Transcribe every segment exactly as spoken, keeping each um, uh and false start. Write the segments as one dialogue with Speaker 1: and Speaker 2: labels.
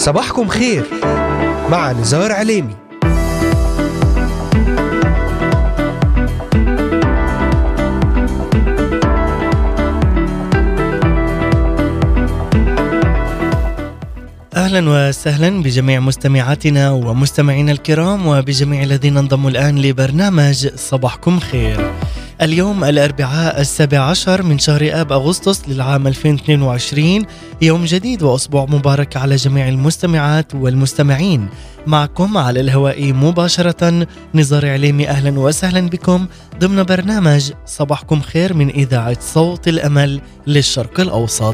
Speaker 1: صباحكم خير مع نزار عليمي.
Speaker 2: أهلا وسهلا بجميع مستمعاتنا ومستمعينا الكرام وبجميع الذين انضموا الآن لبرنامج صباحكم خير. اليوم الأربعاء السابع عشر من شهر آب أغسطس للعام ألفين واثنين وعشرين، يوم جديد وأسبوع مبارك على جميع المستمعات والمستمعين. معكم على الهواء مباشرة نزار عليمي. أهلا وسهلا بكم ضمن برنامج صباحكم خير من إذاعة صوت الأمل للشرق الأوسط.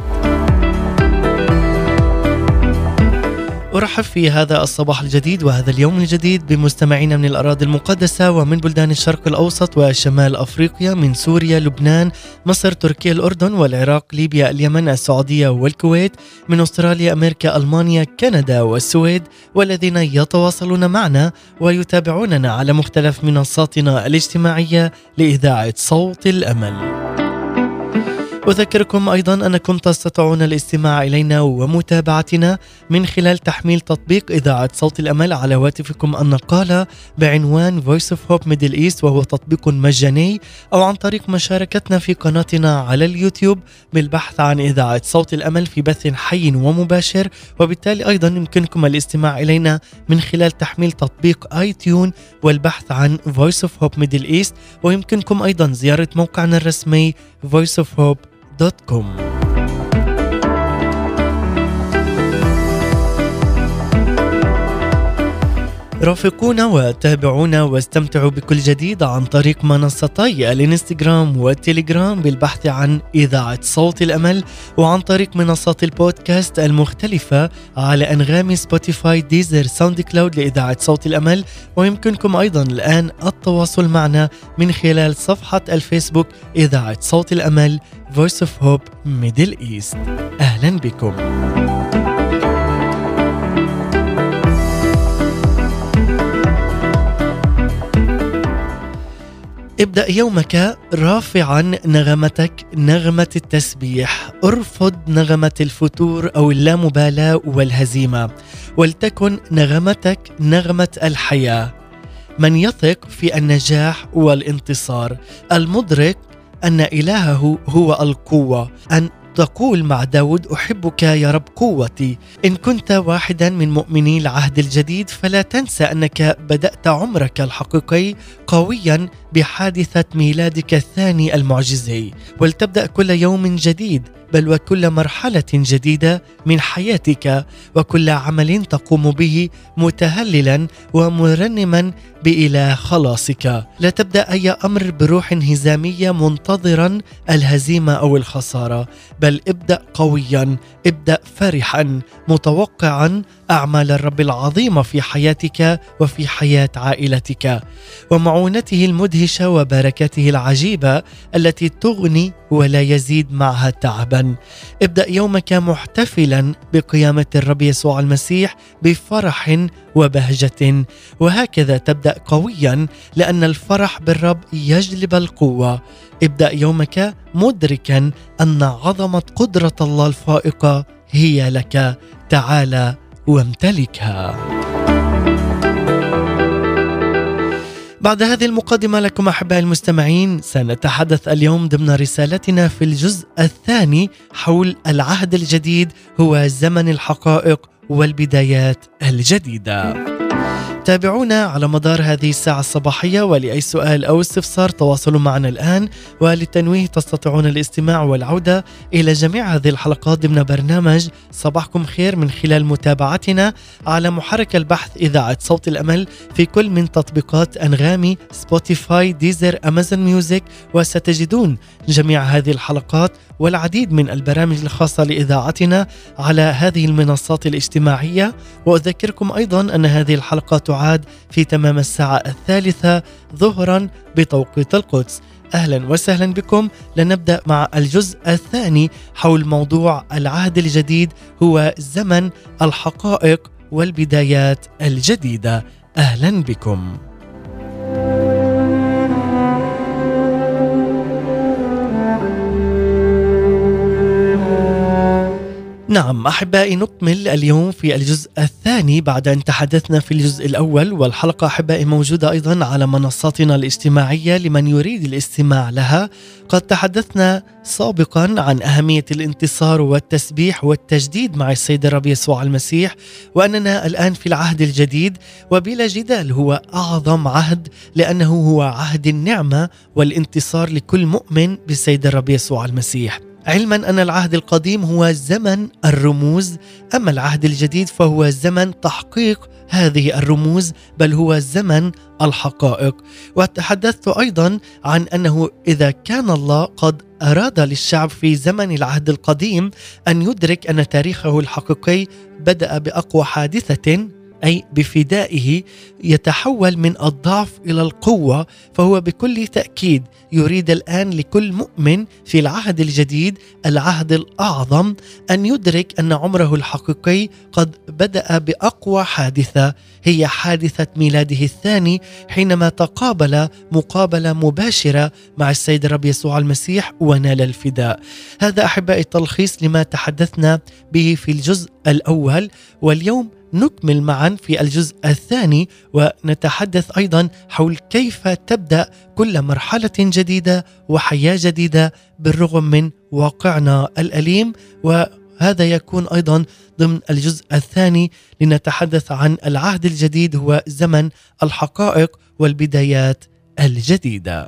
Speaker 2: أرحب في هذا الصباح الجديد وهذا اليوم الجديد بمستمعينا من الأراضي المقدسة ومن بلدان الشرق الأوسط وشمال أفريقيا، من سوريا، لبنان، مصر، تركيا، الأردن والعراق، ليبيا، اليمن، السعودية والكويت، من أستراليا، أمريكا، ألمانيا، كندا والسويد، والذين يتواصلون معنا ويتابعوننا على مختلف منصاتنا الاجتماعية لإذاعة صوت الأمل. أذكركم أيضا أنكم تستطيعون الاستماع إلينا ومتابعتنا من خلال تحميل تطبيق إذاعة صوت الأمل على هواتفكم النقالة بعنوان Voice of Hope Middle East، وهو تطبيق مجاني، أو عن طريق مشاركتنا في قناتنا على اليوتيوب بالبحث عن إذاعة صوت الأمل في بث حي ومباشر. وبالتالي أيضا يمكنكم الاستماع إلينا من خلال تحميل تطبيق آي تيون والبحث عن Voice of Hope Middle East، ويمكنكم أيضا زيارة موقعنا الرسمي voice of hope دوت كوم. رافقونا وتابعونا واستمتعوا بكل جديد عن طريق منصتي الانستغرام والتليجرام بالبحث عن إذاعة صوت الأمل، وعن طريق منصات البودكاست المختلفة على أنغامي، سبوتيفاي، ديزر، ساوند كلاود لإذاعة صوت الأمل. ويمكنكم أيضا الآن التواصل معنا من خلال صفحة الفيسبوك إذاعة صوت الأمل Voice of Hope Middle East. أهلا بكم. ابدأ يومك رافعا نغمتك نغمة التسبيح. ارفض نغمة الفتور أو اللامبالاة والهزيمة، ولتكن نغمتك نغمة الحياة. من يثق في النجاح والانتصار، المدرك أن إلهه هو القوة، أن تقول مع داود أحبك يا رب قوتي. إن كنت واحدا من مؤمني العهد الجديد فلا تنسى أنك بدأت عمرك الحقيقي قويا بحادثة ميلادك الثاني المعجزي، ولتبدأ كل يوم جديد، بل وكل مرحلة جديدة من حياتك وكل عمل تقوم به متهللا ومرنما بإله خلاصك. لا تبدأ أي أمر بروح انهزامية منتظرا الهزيمة أو الخسارة، بل ابدأ قويا، ابدأ فرحا متوقعا أعمال الرب العظيمة في حياتك وفي حياة عائلتك، ومعونته المدهشة وبركاته العجيبة التي تغني ولا يزيد معها تعبا. ابدأ يومك محتفلا بقيامة الرب يسوع المسيح بفرح وبهجة، وهكذا تبدأ قويا لأن الفرح بالرب يجلب القوة. ابدأ يومك مدركا أن عظمة قدرة الله الفائقة هي لك، تعالى وامتلكها. بعد هذه المقدمة لكم أحبائي المستمعين، سنتحدث اليوم ضمن رسالتنا في الجزء الثاني حول العهد الجديد، هو زمن الحقائق والبدايات الجديدة. تابعونا على مدار هذه الساعة الصباحية، ولأي سؤال أو استفسار تواصلوا معنا الآن، وللتنويه تستطيعون الاستماع والعودة إلى جميع هذه الحلقات ضمن برنامج صباحكم خير من خلال متابعتنا على محرك البحث إذاعة صوت الأمل في كل من تطبيقات أنغامي، سبوتيفاي، ديزر، أمازون ميوزك، وستجدون جميع هذه الحلقات والعديد من البرامج الخاصة لإذاعتنا على هذه المنصات الاجتماعية. وأذكركم أيضا أن هذه الحلقة تعاد في تمام الساعة الثالثة ظهرا بتوقيت القدس. أهلا وسهلا بكم. لنبدأ مع الجزء الثاني حول موضوع العهد الجديد، هو زمن الحقائق والبدايات الجديدة. أهلا بكم. نعم أحبائي، نكمل اليوم في الجزء الثاني بعد أن تحدثنا في الجزء الأول، والحلقة أحبائي موجودة أيضا على منصاتنا الاجتماعية لمن يريد الاستماع لها. قد تحدثنا سابقا عن أهمية الانتصار والتسبيح والتجديد مع السيد الرب يسوع المسيح، وأننا الآن في العهد الجديد، وبلا جدال هو أعظم عهد لأنه هو عهد النعمة والانتصار لكل مؤمن بالسيد الرب يسوع المسيح. علما أن العهد القديم هو زمن الرموز، أما العهد الجديد فهو زمن تحقيق هذه الرموز، بل هو زمن الحقائق. وتحدثت أيضا عن أنه إذا كان الله قد أراد للشعب في زمن العهد القديم أن يدرك أن تاريخه الحقيقي بدأ بأقوى حادثة، أي بفدائه، يتحول من الضعف إلى القوة، فهو بكل تأكيد يريد الآن لكل مؤمن في العهد الجديد العهد الأعظم أن يدرك أن عمره الحقيقي قد بدأ بأقوى حادثة، هي حادثة ميلاده الثاني، حينما تقابل مقابلة مباشرة مع السيد الرب يسوع المسيح ونال الفداء. هذا أحبائي تلخيص لما تحدثنا به في الجزء الأول، واليوم نكمل معا في الجزء الثاني ونتحدث أيضا حول كيف تبدأ كل مرحلة جديدة وحياة جديدة بالرغم من واقعنا الأليم. وهذا يكون أيضا ضمن الجزء الثاني، لنتحدث عن العهد الجديد هو زمن الحقائق والبدايات الجديدة.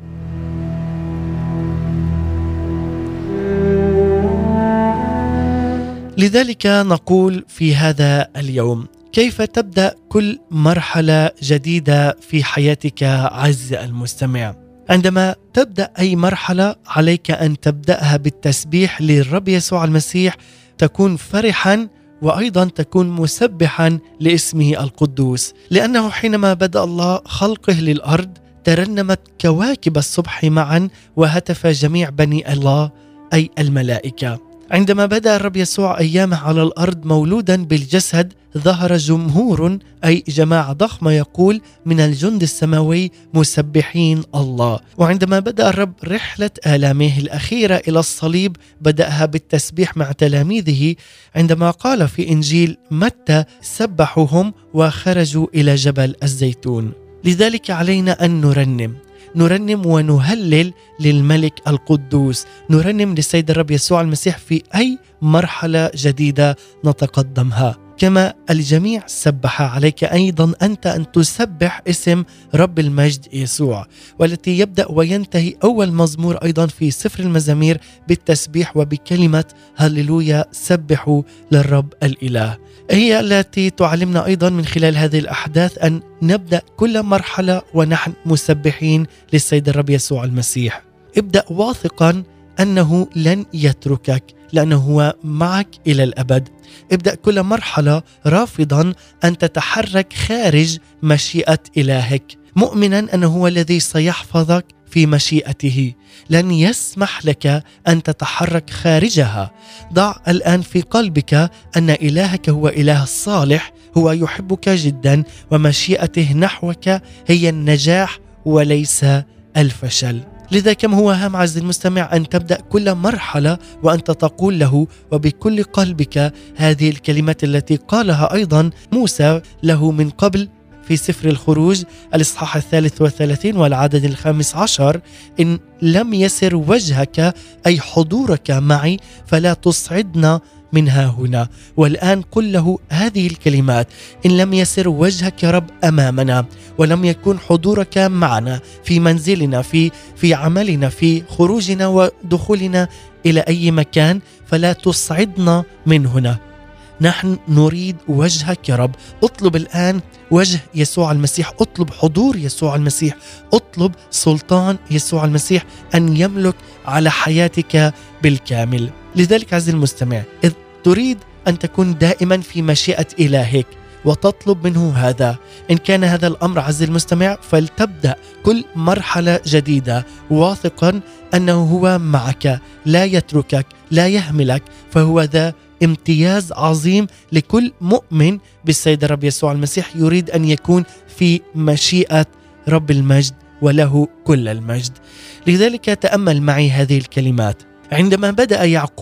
Speaker 2: لذلك نقول في هذا اليوم: كيف تبدأ كل مرحلة جديدة في حياتك عز المستمع؟ عندما تبدأ أي مرحلة عليك أن تبدأها بالتسبيح للرب يسوع المسيح، تكون فرحا وأيضا تكون مسبحا لاسمه القدوس، لأنه حينما بدأ الله خلقه للأرض ترنمت كواكب الصبح معا وهتف جميع بني الله أي الملائكة. عندما بدأ الرب يسوع أيامه على الأرض مولودا بالجسد، ظهر جمهور أي جماعة ضخمة يقول من الجند السماوي مسبحين الله. وعندما بدأ الرب رحلة آلامه الأخيرة إلى الصليب بدأها بالتسبيح مع تلاميذه، عندما قال في إنجيل متى: سبحوهم وخرجوا إلى جبل الزيتون. لذلك علينا أن نرنم نرنم ونهلل للملك القدوس، نرنم للسيد الرب يسوع المسيح في أي مرحلة جديدة نتقدمها. كما الجميع سبح، عليك أيضا أنت أن تسبح اسم رب المجد يسوع، والتي يبدأ وينتهي أول مزمور أيضا في سفر المزامير بالتسبيح وبكلمة هللويا سبحوا للرب الإله. هي التي تعلمنا أيضا من خلال هذه الأحداث أن نبدأ كل مرحلة ونحن مسبحين للسيد الرب يسوع المسيح. ابدأ واثقا أنه لن يتركك، لأنه هو معك إلى الأبد. ابدأ كل مرحلة رافضا أن تتحرك خارج مشيئة إلهك، مؤمنا أنه هو الذي سيحفظك في مشيئته، لن يسمح لك أن تتحرك خارجها. ضع الآن في قلبك أن إلهك هو إله الصالح، هو يحبك جدا، ومشيئته نحوك هي النجاح وليس الفشل. لذا كم هو هام عز المستمع أن تبدأ كل مرحلة وأنت تقول له وبكل قلبك هذه الكلمات التي قالها أيضا موسى له من قبل في سفر الخروج الإصحاح الثالث والثلاثين والعدد الخامس عشر: إن لم يسر وجهك أي حضورك معي فلا تصعدنا منها هنا. والآن قل له هذه الكلمات: إن لم يسر وجهك يا رب أمامنا، ولم يكن حضورك معنا في منزلنا، في في عملنا، في خروجنا ودخولنا إلى أي مكان، فلا تصعدنا من هنا. نحن نريد وجهك يا رب. اطلب الآن وجه يسوع المسيح، اطلب حضور يسوع المسيح، اطلب سلطان يسوع المسيح أن يملك على حياتك بالكامل. لذلك عزيزي المستمع، إذ تريد أن تكون دائما في مشيئة إلهك وتطلب منه هذا، إن كان هذا الأمر عزيزي المستمع، فلتبدأ كل مرحلة جديدة واثقا أنه هو معك، لا يتركك، لا يهملك، فهو ذا امتياز عظيم لكل مؤمن بالسيد الرب يسوع المسيح يريد أن يكون في مشيئة رب المجد وله كل المجد. لذلك تأمل معي هذه الكلمات: عندما بدأ يعقوب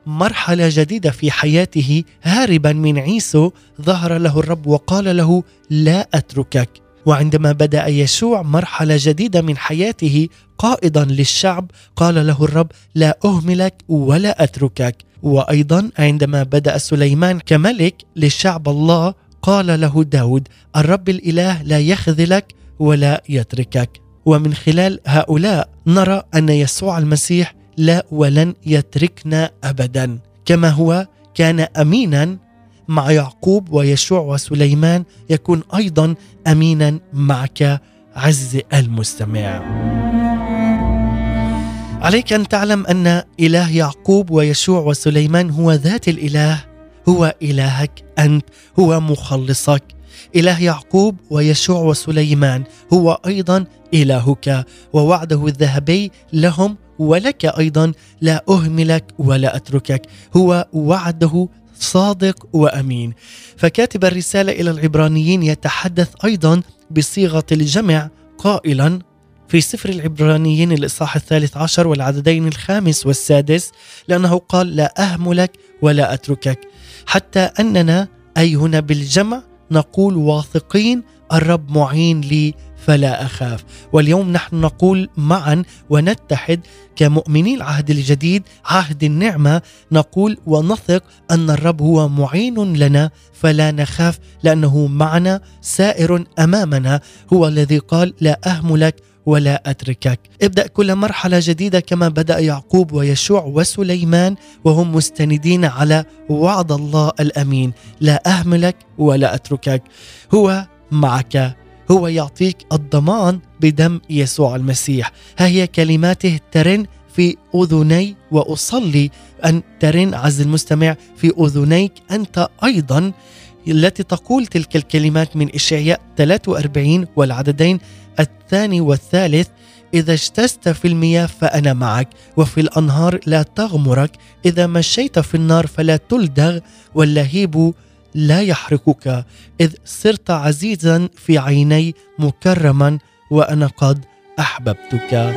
Speaker 2: مرحلة جديدة في حياته هاربا من عيسو، ظهر له الرب وقال له لا أتركك. وعندما بدأ يشوع مرحلة جديدة من حياته قائدا للشعب، قال له الرب لا أهملك ولا أتركك. وأيضا عندما بدأ سليمان كملك للشعب الله، قال له داود الرب الإله لا يخذلك ولا يتركك. ومن خلال هؤلاء نرى أن يسوع المسيح لا ولن يتركنا أبدا، كما هو كان أمينا مع يعقوب ويشوع وسليمان، يكون أيضا أمينا معك عزيزي المستمع. عليك أن تعلم أن إله يعقوب ويشوع وسليمان هو ذات الإله، هو إلهك أنت، هو مخلصك. إله يعقوب ويشوع وسليمان هو أيضا إلهك، ووعده الذهبي لهم ولك أيضا لا أهملك ولا أتركك، هو وعده صادق وأمين. فكاتب الرسالة إلى العبرانيين يتحدث أيضا بصيغة الجمع قائلا في سفر العبرانيين الإصحاح الثالث عشر والعددين الخامس والسادس، لأنه قال لا أهملك ولا أتركك، حتى أننا أي هنا بالجمع نقول واثقين الرب معين لي فلا أخاف. واليوم نحن نقول معا ونتحد كمؤمني العهد الجديد عهد النعمة، نقول ونثق أن الرب هو معين لنا فلا نخاف، لأنه معنا سائر أمامنا، هو الذي قال لا أهملك ولا أتركك. ابدأ كل مرحلة جديدة كما بدأ يعقوب ويشوع وسليمان، وهم مستندين على وعد الله الأمين لا أهملك ولا أتركك. هو معك، هو يعطيك الضمان بدم يسوع المسيح. ها هي كلماته ترن في أذني، وأصلي أن ترن عز المستمع في أذنيك أنت أيضا، التي تقول تلك الكلمات من إشعياء ثلاثة وأربعين والعددين الثاني والثالث: إذا اجتزت في المياه فأنا معك، وفي الأنهار لا تغمرك، إذا مشيت في النار فلا تلدغ، واللهيب لا يحرقك، إذ صرت عزيزا في عيني مكرما وأنا قد أحببتك.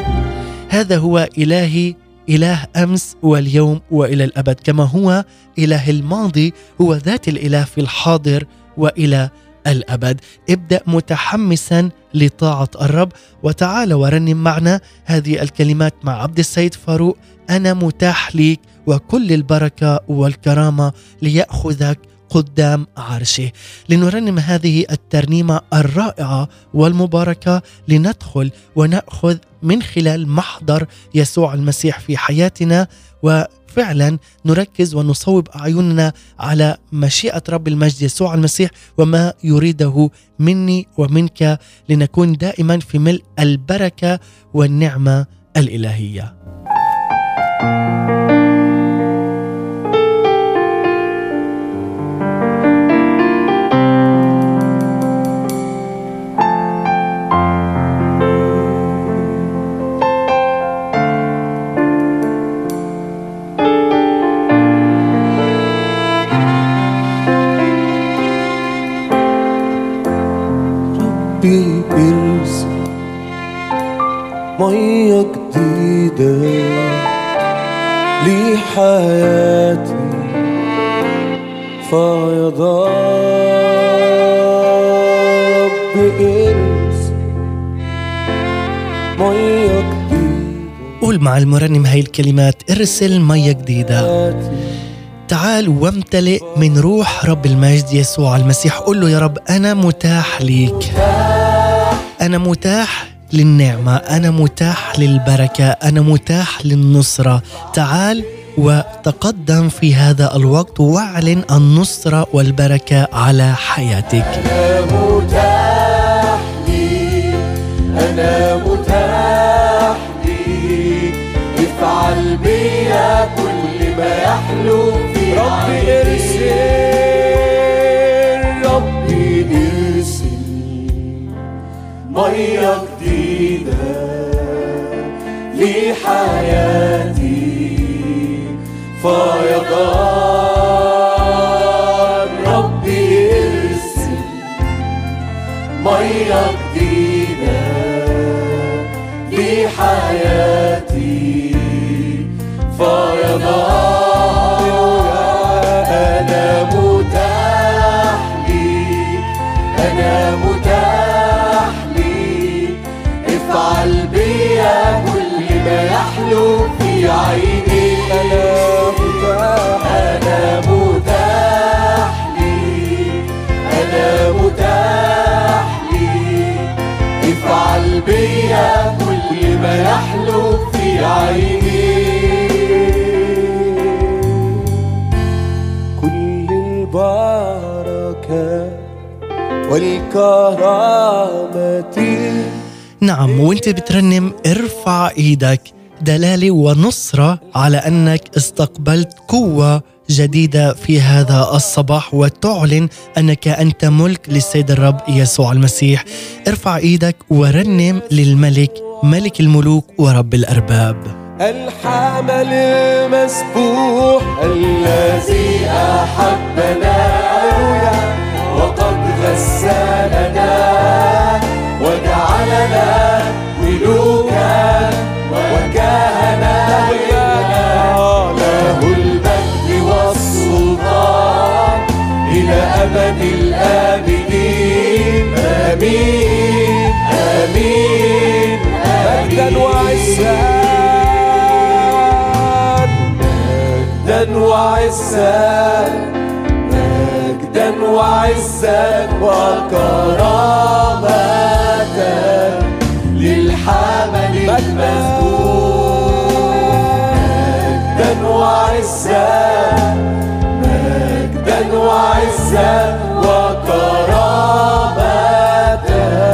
Speaker 2: هذا هو إلهي، إله أمس واليوم وإلى الأبد، كما هو إله الماضي، هو ذات الإله في الحاضر وإلى الأبد. ابدأ متحمسا لطاعة الرب، وتعال ورنم معنا هذه الكلمات مع عبد السيد فاروق: أنا متاح ليك وكل البركة والكرامة ليأخذك قدام عرشه. لنرنم هذه الترنيمة الرائعة والمباركة، لندخل ونأخذ من خلال محضر يسوع المسيح في حياتنا، وفعلا نركز ونصوب أعيننا على مشيئة رب المجد يسوع المسيح وما يريده مني ومنك، لنكون دائما في ملء البركة والنعمة الإلهية.
Speaker 3: ارسل مية جديدة لحياتي، فيضان رب ارسل مية جديدة.
Speaker 2: قول مع المرنم هاي الكلمات: ارسل مية جديدة. تعال وامتلئ من روح رب المجد يسوع المسيح. قل له: يا رب أنا متاح ليك، أنا متاح للنعمة، أنا متاح للبركة، أنا متاح للنصرة. تعال وتقدم في هذا الوقت واعلن النصرة والبركة على حياتك.
Speaker 3: أنا متاح لي، أنا متاح لي، افعل بيا كل ما يحلو في ربي. ارسل ربي ارسل مية جديدة لحياتي، فيضان ربي ارسل مية جديدة لحياتي، فيضان والكرامة.
Speaker 2: نعم، وانت بترنم ارفع ايدك، دلالة ونصرة على أنك استقبلت قوة جديدة في هذا الصباح، وتعلن أنك أنت ملك للسيد الرب يسوع المسيح. ارفع إيدك ورنم للملك، ملك الملوك ورب الأرباب.
Speaker 3: الحمل المسبوح الذي أحبنا وقد غسلنا وجعلنا ملوكا وكهنة له المجد والسلطان إلى أبد الآبدين. آمين آمين مجدا وعزا مجدا وعزا مجدا وعزا وكرامة للحمل المسبوح. مجدا وعزا مجدا وعزا وكرامة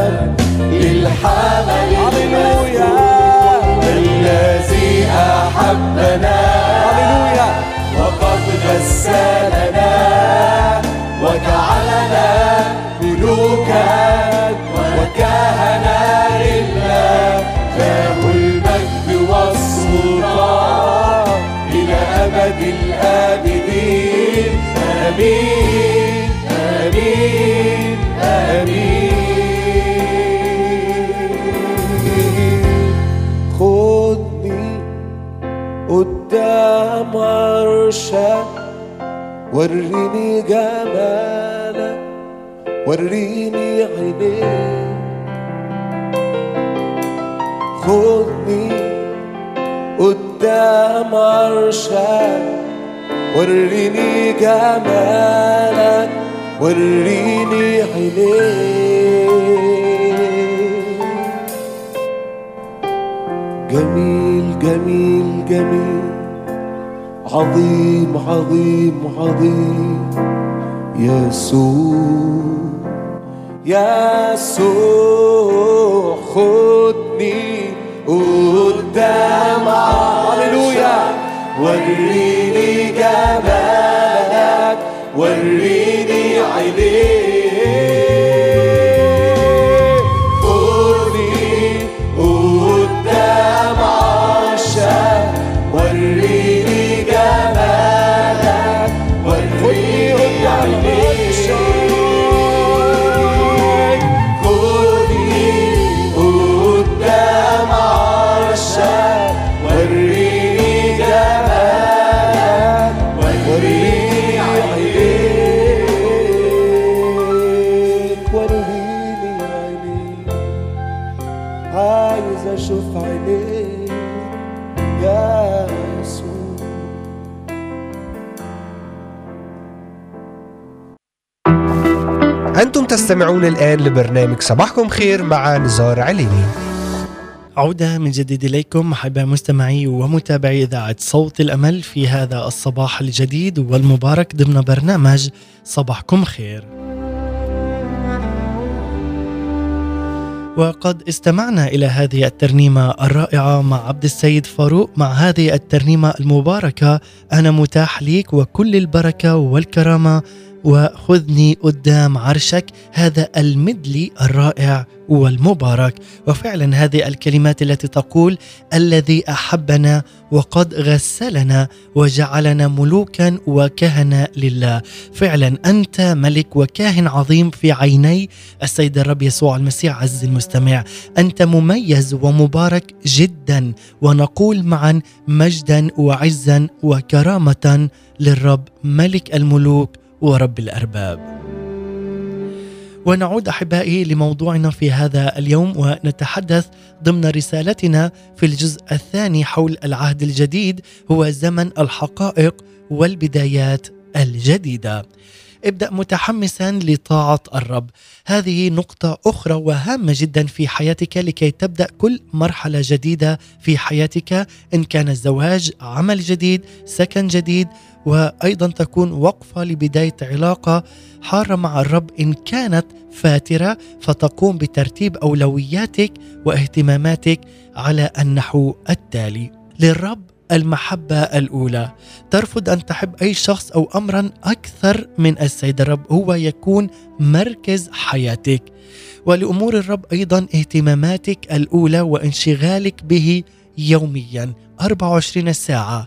Speaker 3: للحمل المسبوح الذي أحبنا وقد غسلنا وجعلنا ملوكا وكهنة لله. له المجد والسلطان إلى أبد الآبدين. آمين آمين آمين. خذني قدام عرشك، وريني جمالك، وريني عينيك. خذني قدام عرشك، وريني جمالك، وريني عينيك. جميل جميل جميل، عظيم عظيم عظيم، يسوع يسوع. خدني قدام هللويا، وريني جمالك، وريني عينيك. خدني قدام عرشك، وريني جمالك، وريني عينيك. خدني قدام عرشك، وريني جمالك، وريني عينيك، وريني عينيك. عايز اشوف عينيك يا يسوع.
Speaker 1: أنتم تستمعون الآن لبرنامج صباحكم خير مع نزار عليمي.
Speaker 2: عودة من جديد إليكم أحباء مستمعي ومتابعي إذاعة صوت الأمل في هذا الصباح الجديد والمبارك ضمن برنامج صباحكم خير. وقد استمعنا إلى هذه الترنيمة الرائعة مع عبد السيد فاروق. مع هذه الترنيمة المباركة أنا متاح ليك وكل البركة والكرامة، وخذني قدام عرشك. هذا المدلي الرائع والمبارك. وفعلا هذه الكلمات التي تقول الذي أحبنا وقد غسلنا وجعلنا ملوكا وكهنة لله. فعلا أنت ملك وكاهن عظيم في عيني السيد الرب يسوع المسيح. عز المستمع، أنت مميز ومبارك جدا، ونقول معا مجدا وعزا وكرامة للرب ملك الملوك ورب الأرباب. ونعود أحبائي لموضوعنا في هذا اليوم، ونتحدث ضمن رسالتنا في الجزء الثاني حول العهد الجديد، هو زمن الحقائق والبدايات الجديدة. ابدأ متحمسا لطاعة الرب. هذه نقطة أخرى وهامة جدا في حياتك لكي تبدأ كل مرحلة جديدة في حياتك، إن كان الزواج، عمل جديد، سكن جديد، وأيضا تكون وقفة لبداية علاقة حارة مع الرب. إن كانت فاترة فتقوم بترتيب أولوياتك واهتماماتك على النحو التالي. للرب المحبة الأولى، ترفض أن تحب أي شخص أو أمرا أكثر من السيد الرب، هو يكون مركز حياتك. ولأمور الرب أيضا اهتماماتك الأولى وانشغالك به يوميا أربعة وعشرين ساعة،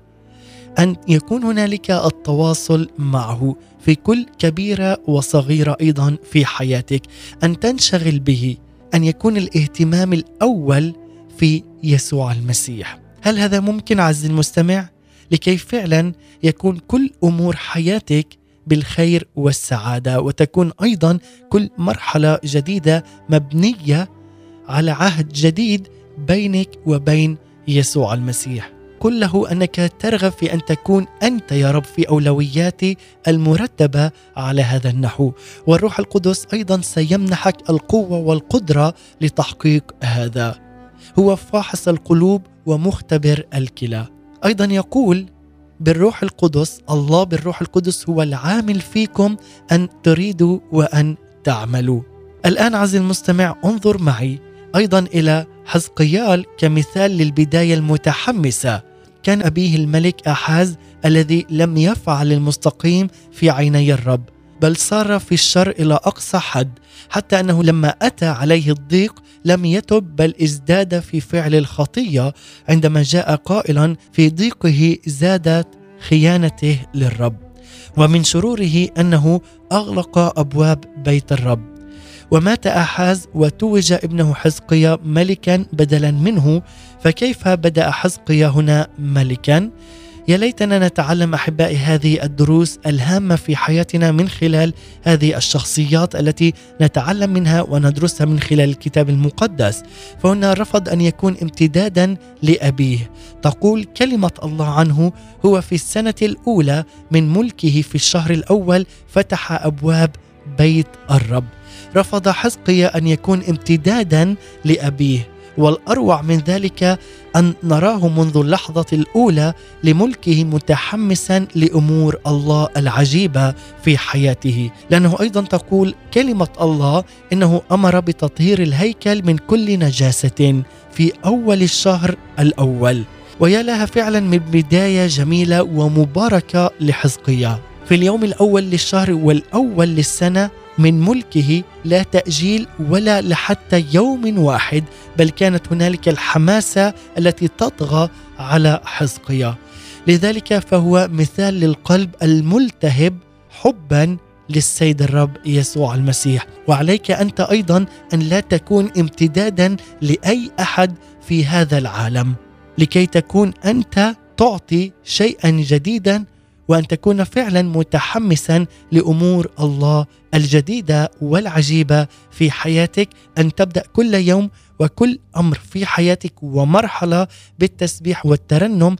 Speaker 2: أن يكون هنالك التواصل معه في كل كبيرة وصغيرة أيضا في حياتك، أن تنشغل به، أن يكون الاهتمام الأول في يسوع المسيح. هل هذا ممكن عزيزي المستمع؟ لكي فعلا يكون كل أمور حياتك بالخير والسعادة، وتكون أيضا كل مرحلة جديدة مبنية على عهد جديد بينك وبين يسوع المسيح. قل له أنك ترغب في أن تكون أنت يا رب في أولوياتي المرتبة على هذا النحو، والروح القدس أيضا سيمنحك القوة والقدرة لتحقيق هذا. هو فاحص القلوب ومختبر الكلى. أيضا يقول بالروح القدس، الله بالروح القدس هو العامل فيكم أن تريدوا وأن تعملوا. الآن عزيزي المستمع انظر معي أيضا إلى حزقيال كمثال للبداية المتحمسة. كان أبيه الملك آحاز الذي لم يفعل المستقيم في عيني الرب، بل صار في الشر إلى أقصى حد، حتى أنه لما أتى عليه الضيق لم يتب بل ازداد في فعل الخطية، عندما جاء قائلا في ضيقه زادت خيانته للرب. ومن شروره أنه أغلق أبواب بيت الرب. ومات آحاز وتوج ابنه حزقيا ملكا بدلا منه. فكيف بدأ حزقيا هنا ملكا؟ يا ليتنا نتعلم أحبائي هذه الدروس الهامة في حياتنا من خلال هذه الشخصيات التي نتعلم منها وندرسها من خلال الكتاب المقدس. فهنا رفض أن يكون امتدادا لأبيه. تقول كلمة الله عنه: هو في السنة الأولى من ملكه في الشهر الأول فتح أبواب بيت الرب. رفض حزقيا أن يكون امتدادا لأبيه. والأروع من ذلك أن نراه منذ اللحظة الأولى لملكه متحمسا لأمور الله العجيبة في حياته، لأنه أيضا تقول كلمة الله إنه أمر بتطهير الهيكل من كل نجاسة في أول الشهر الأول. ويا لها فعلا من بداية جميلة ومباركة لحزقيا. في اليوم الأول للشهر والأول للسنة من ملكه لا تأجيل ولا لحتى يوم واحد، بل كانت هنالك الحماسة التي تطغى على حزقيا. لذلك فهو مثال للقلب الملتهب حبا للسيد الرب يسوع المسيح. وعليك أنت أيضا أن لا تكون امتدادا لأي أحد في هذا العالم، لكي تكون أنت تعطي شيئا جديدا، وأن تكون فعلا متحمسا لأمور الله الجديدة والعجيبة في حياتك. أن تبدأ كل يوم وكل أمر في حياتك ومرحلة بالتسبيح والترنم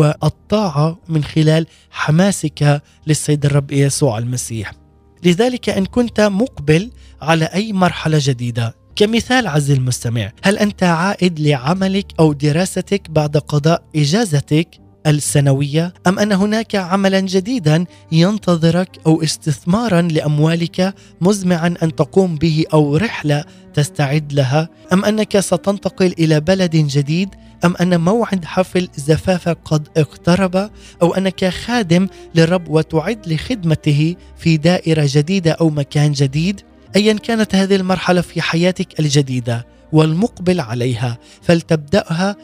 Speaker 2: والطاعة من خلال حماسك للسيد الرب يسوع المسيح. لذلك إن كنت مقبل على أي مرحلة جديدة، كمثال عزيزي المستمع، هل أنت عائد لعملك أو دراستك بعد قضاء إجازتك السنوية، أم أن هناك عملا جديدا ينتظرك أو استثمارا لأموالك مزمعا أن تقوم به أو رحلة تستعد لها، أم أنك ستنتقل إلى بلد جديد، أم أن موعد حفل زفافك قد اقترب، أو أنك خادم للرب وتعد لخدمته في دائرة جديدة أو مكان جديد. أيا كانت هذه المرحلة في حياتك الجديدة والمقبل عليها، فلتبدأها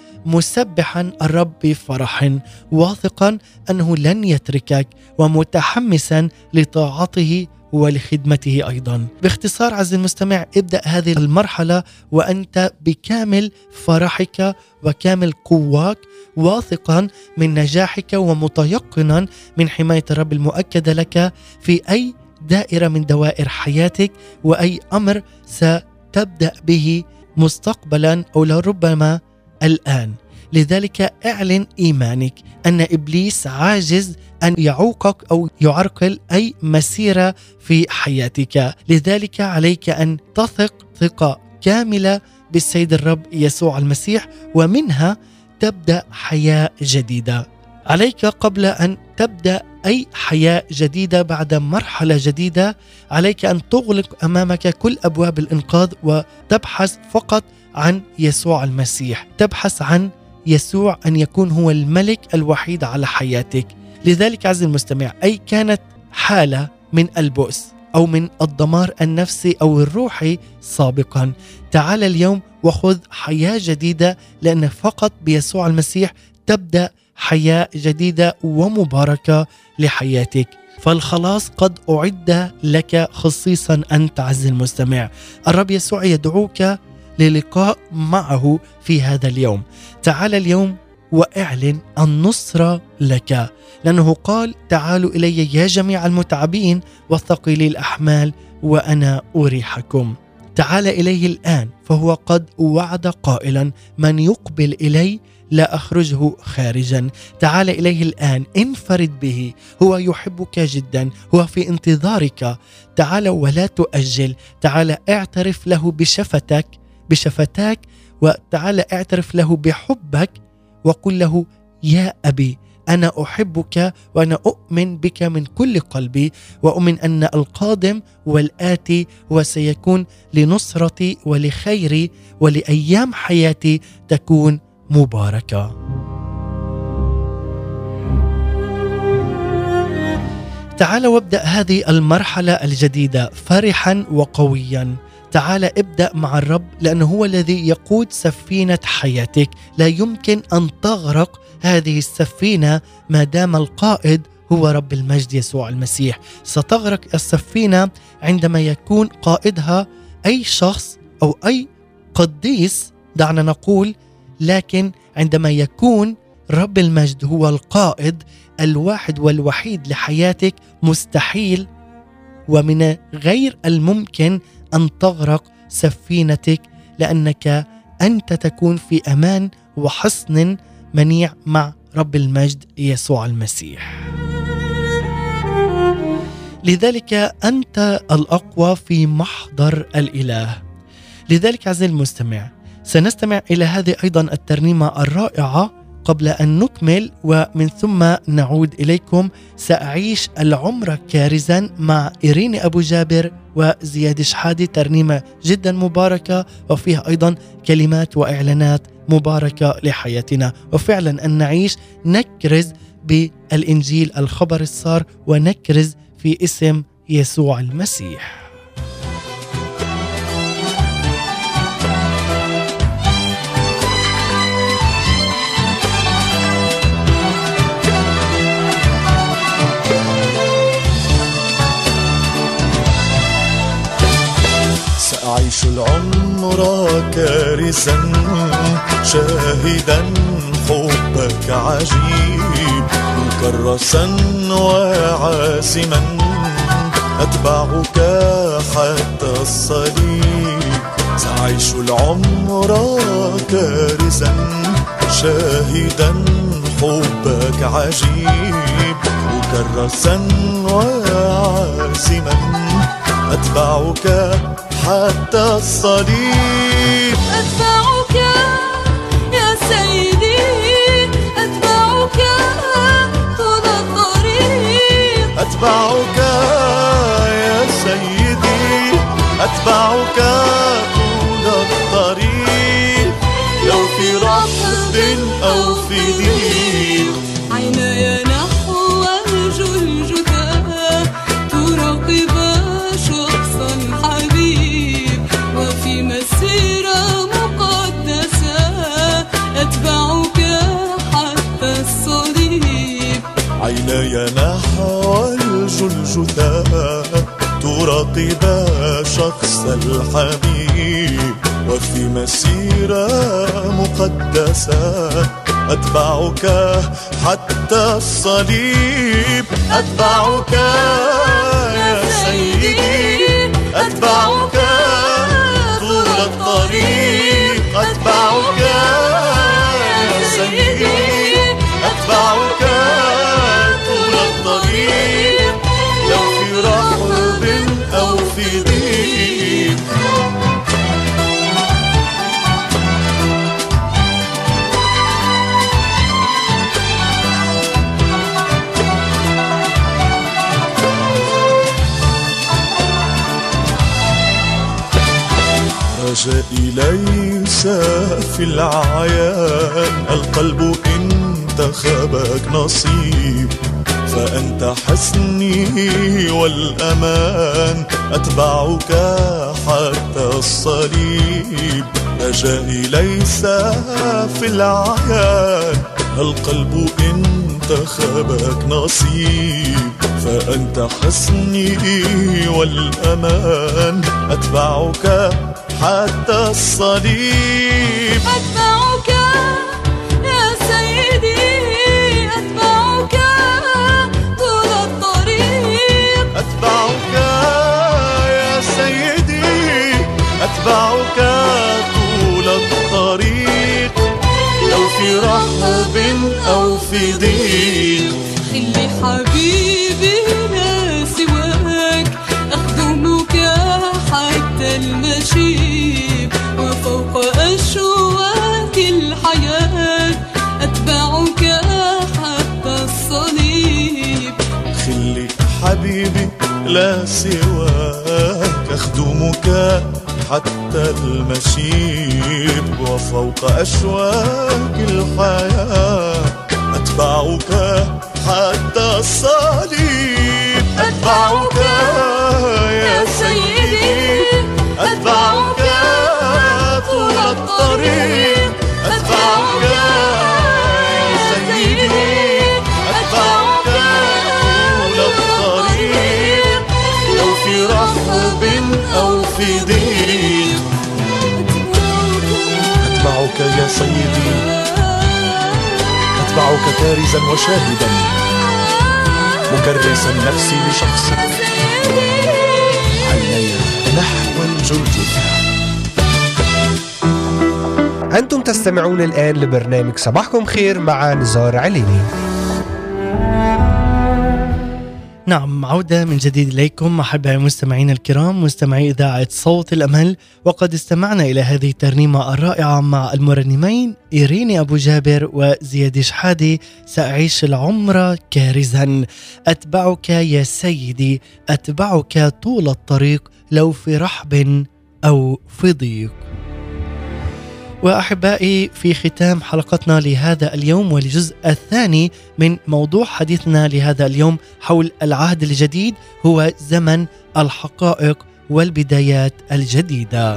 Speaker 2: مسبحا الرب بفرح، واثقا أنه لن يتركك، ومتحمسا لطاعته ولخدمته أيضا. باختصار عزيزي المستمع، ابدأ هذه المرحلة وأنت بكامل فرحك وكامل قواك، واثقا من نجاحك ومتيقنا من حماية الرب المؤكدة لك في أي دائرة من دوائر حياتك، وأي أمر ستبدأ به مستقبلا أو لربما الآن. لذلك اعلن إيمانك أن إبليس عاجز أن يعوقك أو يعرقل أي مسيرة في حياتك. لذلك عليك أن تثق ثقة كاملة بالسيد الرب يسوع المسيح، ومنها تبدأ حياة جديدة. عليك قبل أن تبدأ أي حياة جديدة بعد مرحلة جديدة، عليك أن تغلق أمامك كل أبواب الإنقاذ وتبحث فقط عن يسوع المسيح، تبحث عن يسوع أن يكون هو الملك الوحيد على حياتك. لذلك عزيزي المستمع، أي كانت حالة من البؤس أو من الدمار النفسي أو الروحي سابقا، تعال اليوم وخذ حياة جديدة، لأن فقط بيسوع المسيح تبدأ حياة جديدة ومباركة لحياتك. فالخلاص قد أعد لك خصيصا أنت عزيزي المستمع. الرب يسوع يدعوك للقاء معه في هذا اليوم. تعال اليوم واعلن النصرة لك، لأنه قال تعالوا إلي يا جميع المتعبين والثقيلي الأحمال وأنا أريحكم. تعال إليه الآن، فهو قد وعد قائلا من يقبل إلي لا أخرجه خارجا. تعال إليه الآن، انفرد به، هو يحبك جدا، هو في انتظارك. تعال ولا تؤجل، تعال اعترف له بشفتك بشفتاك وتعال اعترف له بحبك وقل له يا أبي أنا أحبك وأنا أؤمن بك من كل قلبي، وأؤمن أن القادم والآتي هو سيكون لنصرتي ولخيري ولأيام حياتي تكون مباركة. تعال وابدأ هذه المرحلة الجديدة فرحا وقويا. تعال ابدأ مع الرب، لأنه هو الذي يقود سفينة حياتك. لا يمكن أن تغرق هذه السفينة ما دام القائد هو رب المجد يسوع المسيح. ستغرق السفينة عندما يكون قائدها أي شخص أو أي قديس، دعنا نقول، لكن عندما يكون رب المجد هو القائد الواحد والوحيد لحياتك، مستحيل ومن غير الممكن أن تغرق سفينتك، لأنك أنت تكون في أمان وحصن منيع مع رب المجد يسوع المسيح. لذلك أنت الأقوى في محضر الإله. لذلك عزيزي المستمع، سنستمع إلى هذه أيضا الترنيمة الرائعة قبل أن نكمل، ومن ثم نعود إليكم. سأعيش العمر كارزا مع إيريني أبو جابر وزياد شحادي، ترنيمة جدا مباركة وفيها أيضا كلمات وإعلانات مباركة لحياتنا، وفعلا أن نعيش نكرز بالإنجيل الخبر السار ونكرز في اسم يسوع المسيح.
Speaker 4: سأعيش العمر كارزا شاهدا حبك عجيب، مكرسا وعازما أتبعك حتى الصليب. سأعيش العمر كارزا شاهدا حبك عجيب، مكرسا وعازما أتبعك حتى الصليب.
Speaker 5: أتبعك يا سيدي، أتبعك طول الطريق.
Speaker 4: أتبعك يا سيدي، أتبعك طول الطريق، لو في رفض أو في ضيق.
Speaker 5: عيناي نحو الجلجثة تراقب شخص الحبيب، وفي مسيرة مقدسة أتبعك حتى الصليب.
Speaker 4: عيناي نحو الجلجثة تراقب شخص الحبيب، وفي مسيرة مقدسة أتبعك حتى الصليب. أتبعك يا سيدي، أتبعك طول الطريق. أتبعك يا سيدي، رجائي ليس في العيان، القلب انتخبك نصيب، فأنت حسني والأمان، أتبعك حتى الصليب. رجائي ليس في العيان، القلب انتخبك نصيب، فأنت حسني والأمان، أتبعك حتى الصليب.
Speaker 5: أتبعك يا سيدي، أتبعك طول الطريق.
Speaker 4: أتبعك يا سيدي، أتبعك طول الطريق، لو في رحب أو في ضيق.
Speaker 5: خلي حبيبي لا سواك، أخدمك حتى المشيب، وفوق أشواك الحياة أتبعك حتى الصليب.
Speaker 4: خلي حبيبي لا سواك، أخدمك حتى المشيب، وفوق أشواك الحياة أتبعك حتى الصليب. أتبعك يا سيدي، أتبعك طول الطريق. أتبعك يا سيدي، أتبعك طول الطريق، لو في رحب أو في ضيق. أتبعك يا سيدي، أتبعك كارزا وشاهدا، مكرسا نفسي لشخصك، عيني نحو الجلجثة.
Speaker 1: أنتم تستمعون الآن لبرنامج صباحكم خير مع نزار عليني.
Speaker 2: نعم، عودة من جديد إليكم أحبائي المستمعين الكرام، مستمعي إذاعة صوت الأمل. وقد استمعنا إلى هذه الترنيمة الرائعة مع المرنمين إيريني أبو جابر وزياد شحادي، سأعيش العمر كارزا. أتبعك يا سيدي، أتبعك طول الطريق، لو في رحب أو في ضيق. وأحبائي، في ختام حلقتنا لهذا اليوم ولجزء الثاني من موضوع حديثنا لهذا اليوم حول العهد الجديد، هو زمن الحقائق والبدايات الجديدة.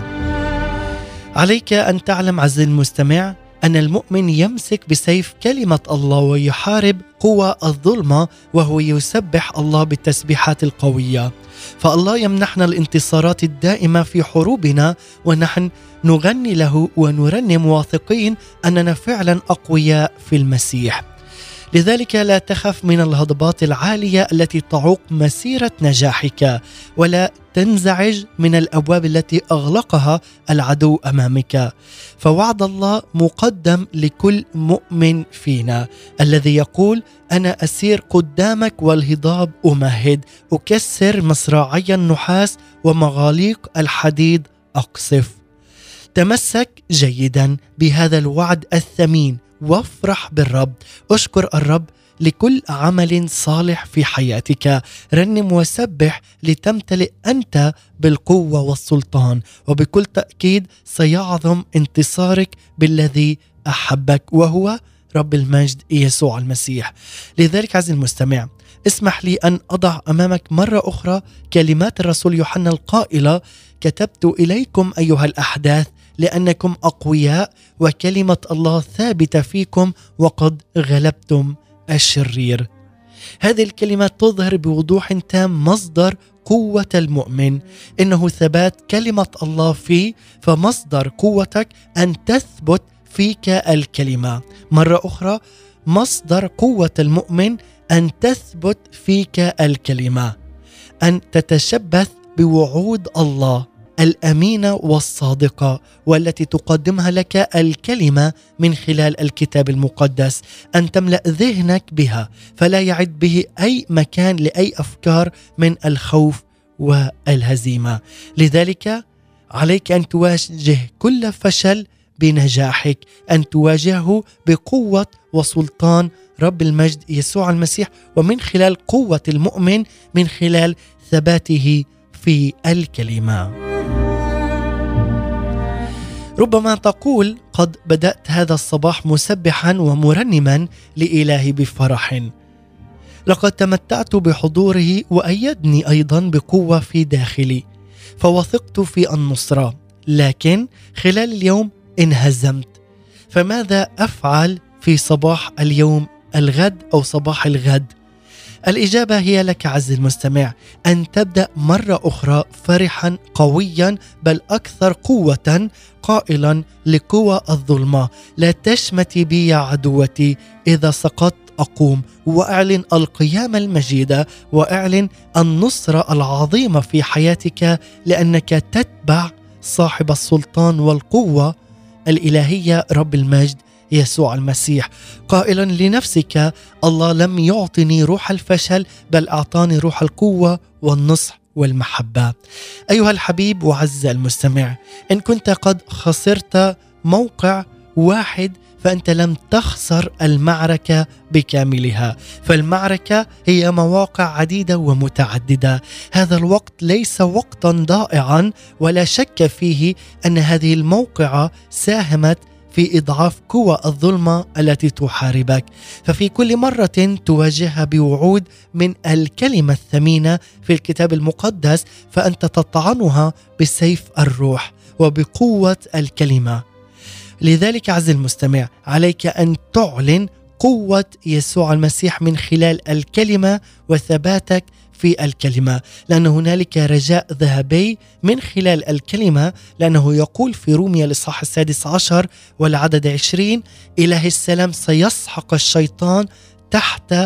Speaker 2: عليك أن تعلم عزيزي المستمع أن المؤمن يمسك بسيف كلمة الله ويحارب قوى الظلمة، وهو يسبح الله بالتسبيحات القوية. فالله يمنحنا الانتصارات الدائمة في حروبنا، ونحن نغني له ونرنم واثقين أننا فعلا أقوياء في المسيح. لذلك لا تخف من الهضبات العالية التي تعوق مسيرة نجاحك، ولا تنزعج من الأبواب التي أغلقها العدو أمامك، فوعد الله مقدم لكل مؤمن فينا الذي يقول: أنا أسير قدامك والهضاب أمهد، أكسر مصراعي النحاس ومغاليق الحديد أقصف. تمسك جيدا بهذا الوعد الثمين وافرح بالرب. اشكر الرب لكل عمل صالح في حياتك. رنم وسبح لتمتلئ أنت بالقوة والسلطان، وبكل تأكيد سيعظم انتصارك بالذي أحبك، وهو رب المجد يسوع المسيح. لذلك عزيزي المستمع، اسمح لي أن أضع أمامك مرة أخرى كلمات الرسول يوحنا القائلة: كتبت إليكم أيها الأحداث لأنكم أقوياء، وكلمة الله ثابتة فيكم، وقد غلبتم الشرير. هذه الكلمات تظهر بوضوح تام مصدر قوة المؤمن، إنه ثبات كلمة الله فيه، فمصدر قوتك أن تثبت فيك الكلمة. مرة أخرى، مصدر قوة المؤمن أن تثبت فيك الكلمة، أن تتشبث بوعود الله الأمينة والصادقة والتي تقدمها لك الكلمة من خلال الكتاب المقدس، أن تملأ ذهنك بها فلا يعد به أي مكان لأي أفكار من الخوف والهزيمة. لذلك عليك أن تواجه كل فشل بنجاحك، أن تواجهه بقوة وسلطان رب المجد يسوع المسيح، ومن خلال قوة المؤمن، من خلال ثباته في الكلمة. ربما تقول قد بدأت هذا الصباح مسبحا ومرنما لإلهي بفرح، لقد تمتعت بحضوره وأيدني أيضا بقوة في داخلي فوثقت في النصرة، لكن خلال اليوم انهزمت. فماذا أفعل في صباح اليوم الغد أو صباح الغد؟ الإجابة هي لك عز المستمع، أن تبدأ مرة أخرى فرحا قويا بل أكثر قوة، قائلا لقوى الظلمة لا تشمتي بي يا عدوتي، إذا سقطت أقوم، وأعلن القيامة المجيدة وأعلن النصرة العظيمة في حياتك، لأنك تتبع صاحب السلطان والقوة الإلهية رب المجد يسوع المسيح، قائلا لنفسك الله لم يعطني روح الفشل بل أعطاني روح القوة والنصح والمحبة. أيها الحبيب وعز المستمع، إن كنت قد خسرت موقع واحد فأنت لم تخسر المعركة بكاملها، فالمعركة هي مواقع عديدة ومتعددة. هذا الوقت ليس وقتا ضائعا، ولا شك فيه أن هذه الموقعة ساهمت في إضعاف قوى الظلمة التي تحاربك، ففي كل مرة تواجهها بوعود من الكلمة الثمينة في الكتاب المقدس فأنت تطعنها بسيف الروح وبقوة الكلمة. لذلك عز المستمع عليك أن تعلن قوة يسوع المسيح من خلال الكلمة وثباتك في الكلمة، لأن هنالك رجاء ذهبي من خلال الكلمة، لأنه يقول في روميا الإصحاح السادس عشر والعدد عشرين: إله السلام سيسحق الشيطان تحت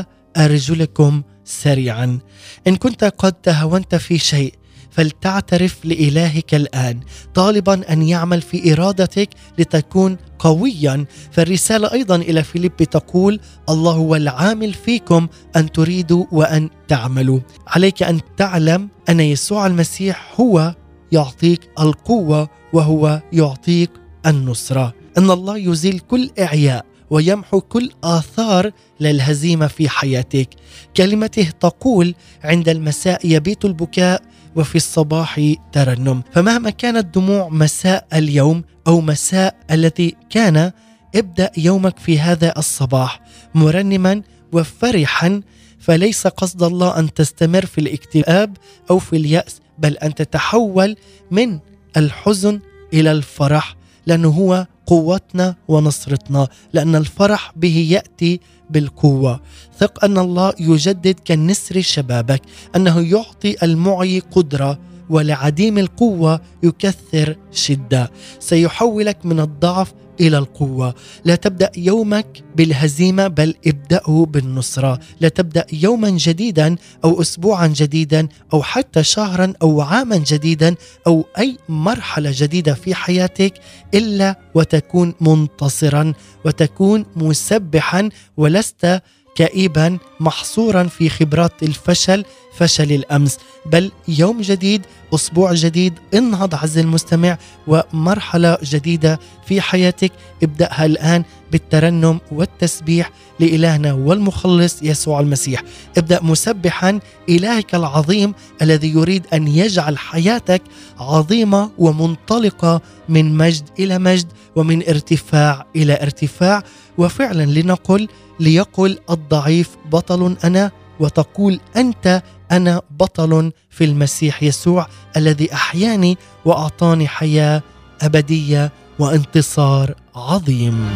Speaker 2: أرجلكم سريعا. إن كنت قد تهاونت في شيء فلتعترف لإلهك الآن، طالبا أن يعمل في إرادتك لتكون قويا. فالرسالة أيضا إلى فيليب تقول: الله هو العامل فيكم أن تريدوا وأن تعملوا. عليك أن تعلم أن يسوع المسيح هو يعطيك القوة وهو يعطيك النصرة، أن الله يزيل كل إعياء ويمحو كل آثار للهزيمة في حياتك. كلمته تقول: عند المساء يبيت البكاء وفي الصباح ترنم. فمهما كانت دموع مساء اليوم أو مساء الذي كان، ابدأ يومك في هذا الصباح مرنما وفرحا، فليس قصد الله أن تستمر في الاكتئاب أو في اليأس، بل أن تتحول من الحزن إلى الفرح، لأنه هو قوتنا ونصرتنا، لأن الفرح به يأتي بالقوة. ثق أن الله يجدد كالنسر شبابك، أنه يعطي المعي قدرة ولعديم القوة يكثر شدة، سيحولك من الضعف إلى القوة. لا تبدأ يومك بالهزيمة بل ابدأه بالنصرة. لا تبدأ يوما جديدا أو أسبوعا جديدا أو حتى شهرا أو عاما جديدا أو أي مرحلة جديدة في حياتك إلا وتكون منتصرا وتكون مسبحا، ولست كئيبا محصورا في خبرات الفشل، فشل الأمس، بل يوم جديد، أسبوع جديد. انهض عز المستمع ومرحلة جديدة في حياتك ابدأها الآن بالترنم والتسبيح لإلهنا والمخلص يسوع المسيح. ابدأ مسبحا إلهك العظيم الذي يريد أن يجعل حياتك عظيمة ومنطلقة من مجد إلى مجد ومن ارتفاع إلى ارتفاع. وفعلا لنقل ليقل الضعيف بطل أنا، وتقول أنت أنا بطل في المسيح يسوع الذي أحياني وأعطاني حياة أبدية وانتصار عظيم.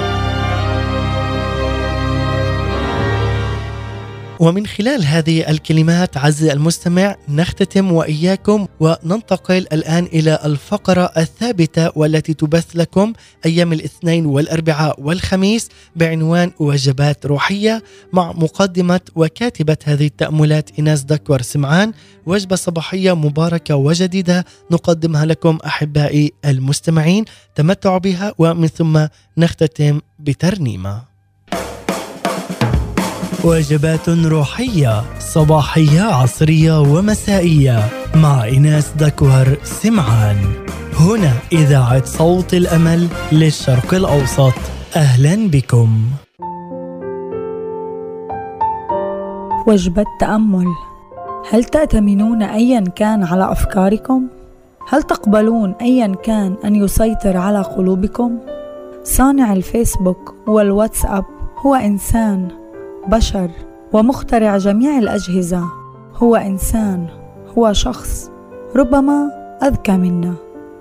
Speaker 2: ومن خلال هذه الكلمات عز المستمع نختتم وإياكم وننتقل الآن إلى الفقرة الثابتة والتي تبث لكم أيام الاثنين والأربعاء والخميس بعنوان وجبات روحية، مع مقدمة وكاتبة هذه التأملات إيناس دكور سمعان. وجبة صباحية مباركة وجديدة نقدمها لكم أحبائي المستمعين، تمتعوا بها ومن ثم نختتم بترنيمة. وجبات روحية صباحية عصرية ومسائية مع إيناس دكور سمعان، هنا إذاعة صوت الأمل للشرق الأوسط. أهلا بكم.
Speaker 6: وجبة تأمل. هل تأتمنون أيا كان على أفكاركم؟ هل تقبلون أيا كان أن يسيطر على قلوبكم؟ صانع الفيسبوك والواتساب هو إنسان، بشر، ومخترع جميع الأجهزة هو إنسان، هو شخص ربما أذكى منا،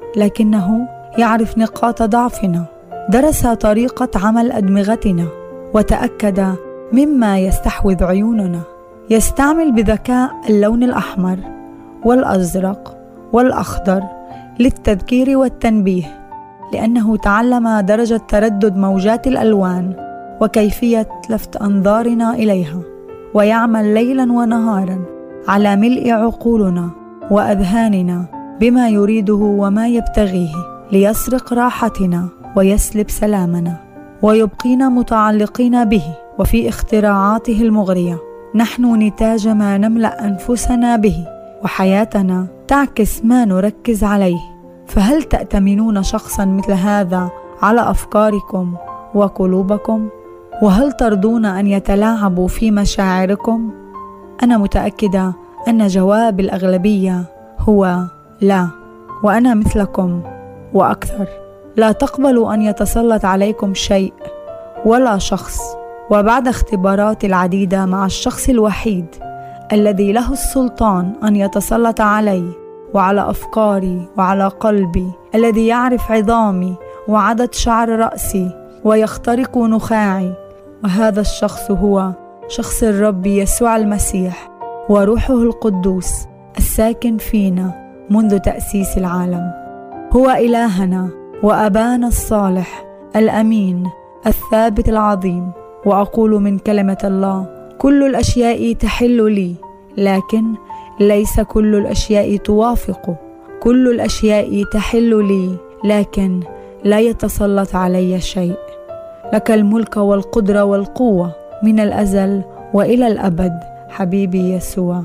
Speaker 6: لكنه يعرف نقاط ضعفنا، درس طريقة عمل أدمغتنا، وتأكد مما يستحوذ عيوننا. يستعمل بذكاء اللون الأحمر والأزرق والأخضر للتذكير والتنبيه، لأنه تعلم درجة تردد موجات الألوان وكيفية لفت أنظارنا إليها، ويعمل ليلاً ونهاراً على ملء عقولنا وأذهاننا بما يريده وما يبتغيه، ليسرق راحتنا ويسلب سلامنا ويبقينا متعلقين به وفي اختراعاته المغرية. نحن نتاج ما نملأ أنفسنا به، وحياتنا تعكس ما نركز عليه. فهل تأتمنون شخصاً مثل هذا على أفكاركم وقلوبكم؟ وهل ترضون أن يتلاعبوا في مشاعركم؟ أنا متأكدة أن جواب الأغلبية هو لا، وأنا مثلكم وأكثر. لا تقبلوا أن يتسلط عليكم شيء ولا شخص. وبعد اختبارات العديدة مع الشخص الوحيد الذي له السلطان أن يتسلط علي وعلى أفكاري وعلى قلبي، الذي يعرف عظامي وعدد شعر رأسي ويخترق نخاعي، وهذا الشخص هو شخص الرب يسوع المسيح وروحه القدوس الساكن فينا منذ تأسيس العالم. هو إلهنا وأبانا الصالح الأمين الثابت العظيم. وأقول من كلمة الله: كل الأشياء تحل لي، لكن ليس كل الأشياء توافق. كل الأشياء تحل لي، لكن لا يتسلط علي شيء. لك الملك والقدرة والقوة من الأزل وإلى الأبد، حبيبي يسوع.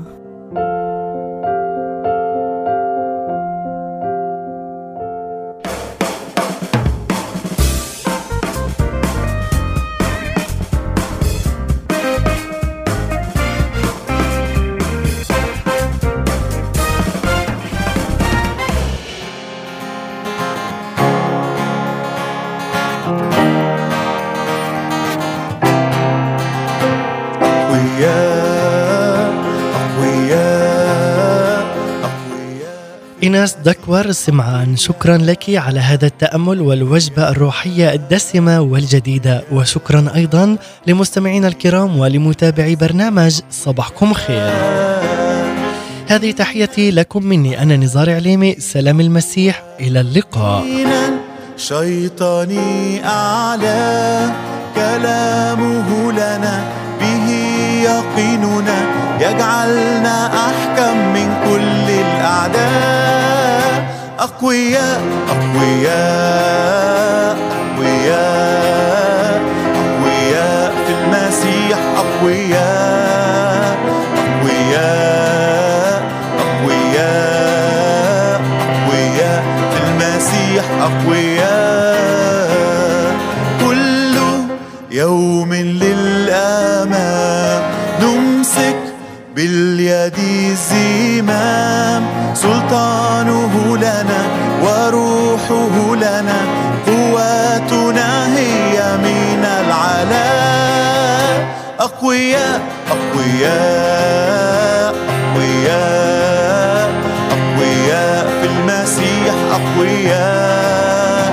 Speaker 2: إيناس دكور سمعان، شكرا لك على هذا التأمل والوجبة الروحية الدسمة والجديدة. وشكرا أيضا لمستمعينا الكرام ولمتابعي برنامج صباحكم خير. هذه تحيتي لكم مني أنا نزار عليمي. سلام المسيح، إلى اللقاء.
Speaker 4: شيطاني أعلى، كلامه لنا به يقيننا، يجعلنا أحكم من كل الأعداء. أقوياء أقوياء أقوياء أقوياء في المسيح. أقوياء أقوياء أقوياء أقوياء في المسيح. أقوياء كل يوم للأمام، نمسك باليد الزمام. سلطانه لنا وروحه لنا، قوتنا هي من العلا. أقوياء أقوياء أقوياء أقوياء في المسيح. أقوياء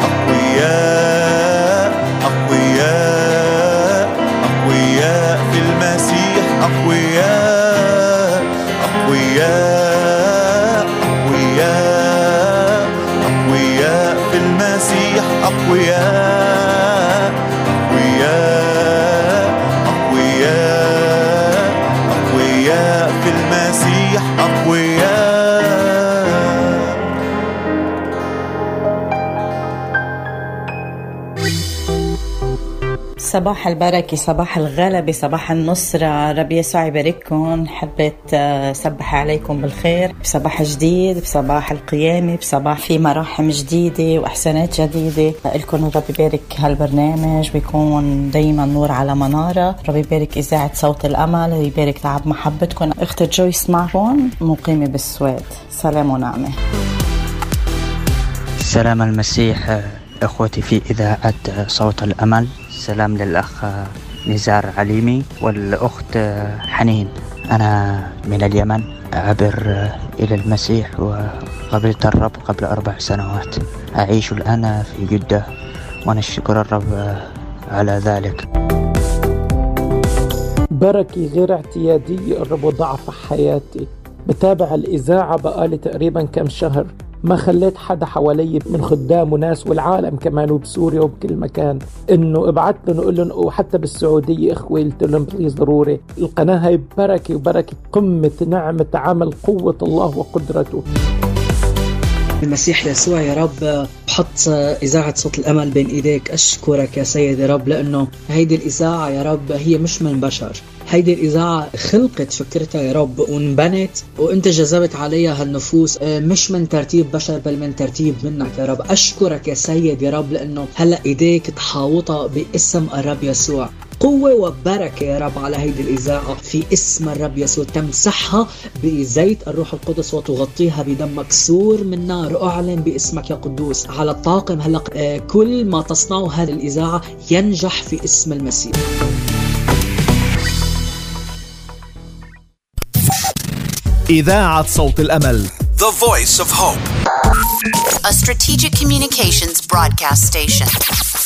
Speaker 4: أقوياء أقوياء أقوياء في المسيح. أقوياء أقوياء أقوياء أقوياء في المسيح. أقوياء أقوياء أقوياء أقوياء في المسيح. أقوياء.
Speaker 7: صباح البركة، صباح الغلبة، صباح النصرة. رب يسوع يبارككم. حبيت سبح عليكم بالخير بصباح جديد، بصباح القيامة، بصباح في مراحم جديدة وإحسانات جديدة لكم. رب يبارك هالبرنامج ويكون دايما نور على منارة. رب يبارك إذاعة صوت الأمل، رب يبارك تعب محبتكم. أخت جويس معكم، مقيمة بالسويد. سلام ونعمة.
Speaker 8: سلام المسيح إخوتي في إذاعة صوت الأمل. سلام للأخ نزار عليمي والأخت حنين. أنا من اليمن عبر إلى المسيح وقبلت الرب قبل أربع سنوات. أعيش الآن في جدة ونشكر الرب على ذلك.
Speaker 9: بركة غير اعتيادية الرب وضعها في حياتي. بتابع الإذاعة بقالي تقريبا كم شهر، ما خليت حدا حوالي من خدام وناس والعالم كمان وبسوريا وبكل مكان انه ابعت لهم وقول لهم، وحتى بالسعودية اخوي قلت لهم بليز ضروري. القناة هاي بركة وبركة قمة نعمة عمل قوة الله وقدرته.
Speaker 10: المسيح يسوع يا رب بحط إذاعة صوت الأمل بين إيديك. أشكرك يا سيد يا رب، لأنه هيدي الإذاعة يا رب هي مش من بشر. هيدي الإذاعة خلقت فكرتها يا رب وانبنت وانت جذبت عليها هالنفوس، مش من ترتيب بشر بل من ترتيب منك يا رب. أشكرك يا سيد يا رب، لأنه هلأ إيديك تحاوطها باسم الرب يسوع. قوة وبركة يا رب على هيدي الإذاعة في اسم الرب يسوع. تمسحها بزيت الروح القدس وتغطيها بدم مكسور من نار. أعلن باسمك يا قدوس على الطاقم هلأ آه كل ما تصنعه هذه الإذاعة ينجح في اسم المسيح.
Speaker 11: إذاعة صوت الأمل
Speaker 12: The Voice of Hope. A strategic communications broadcast station.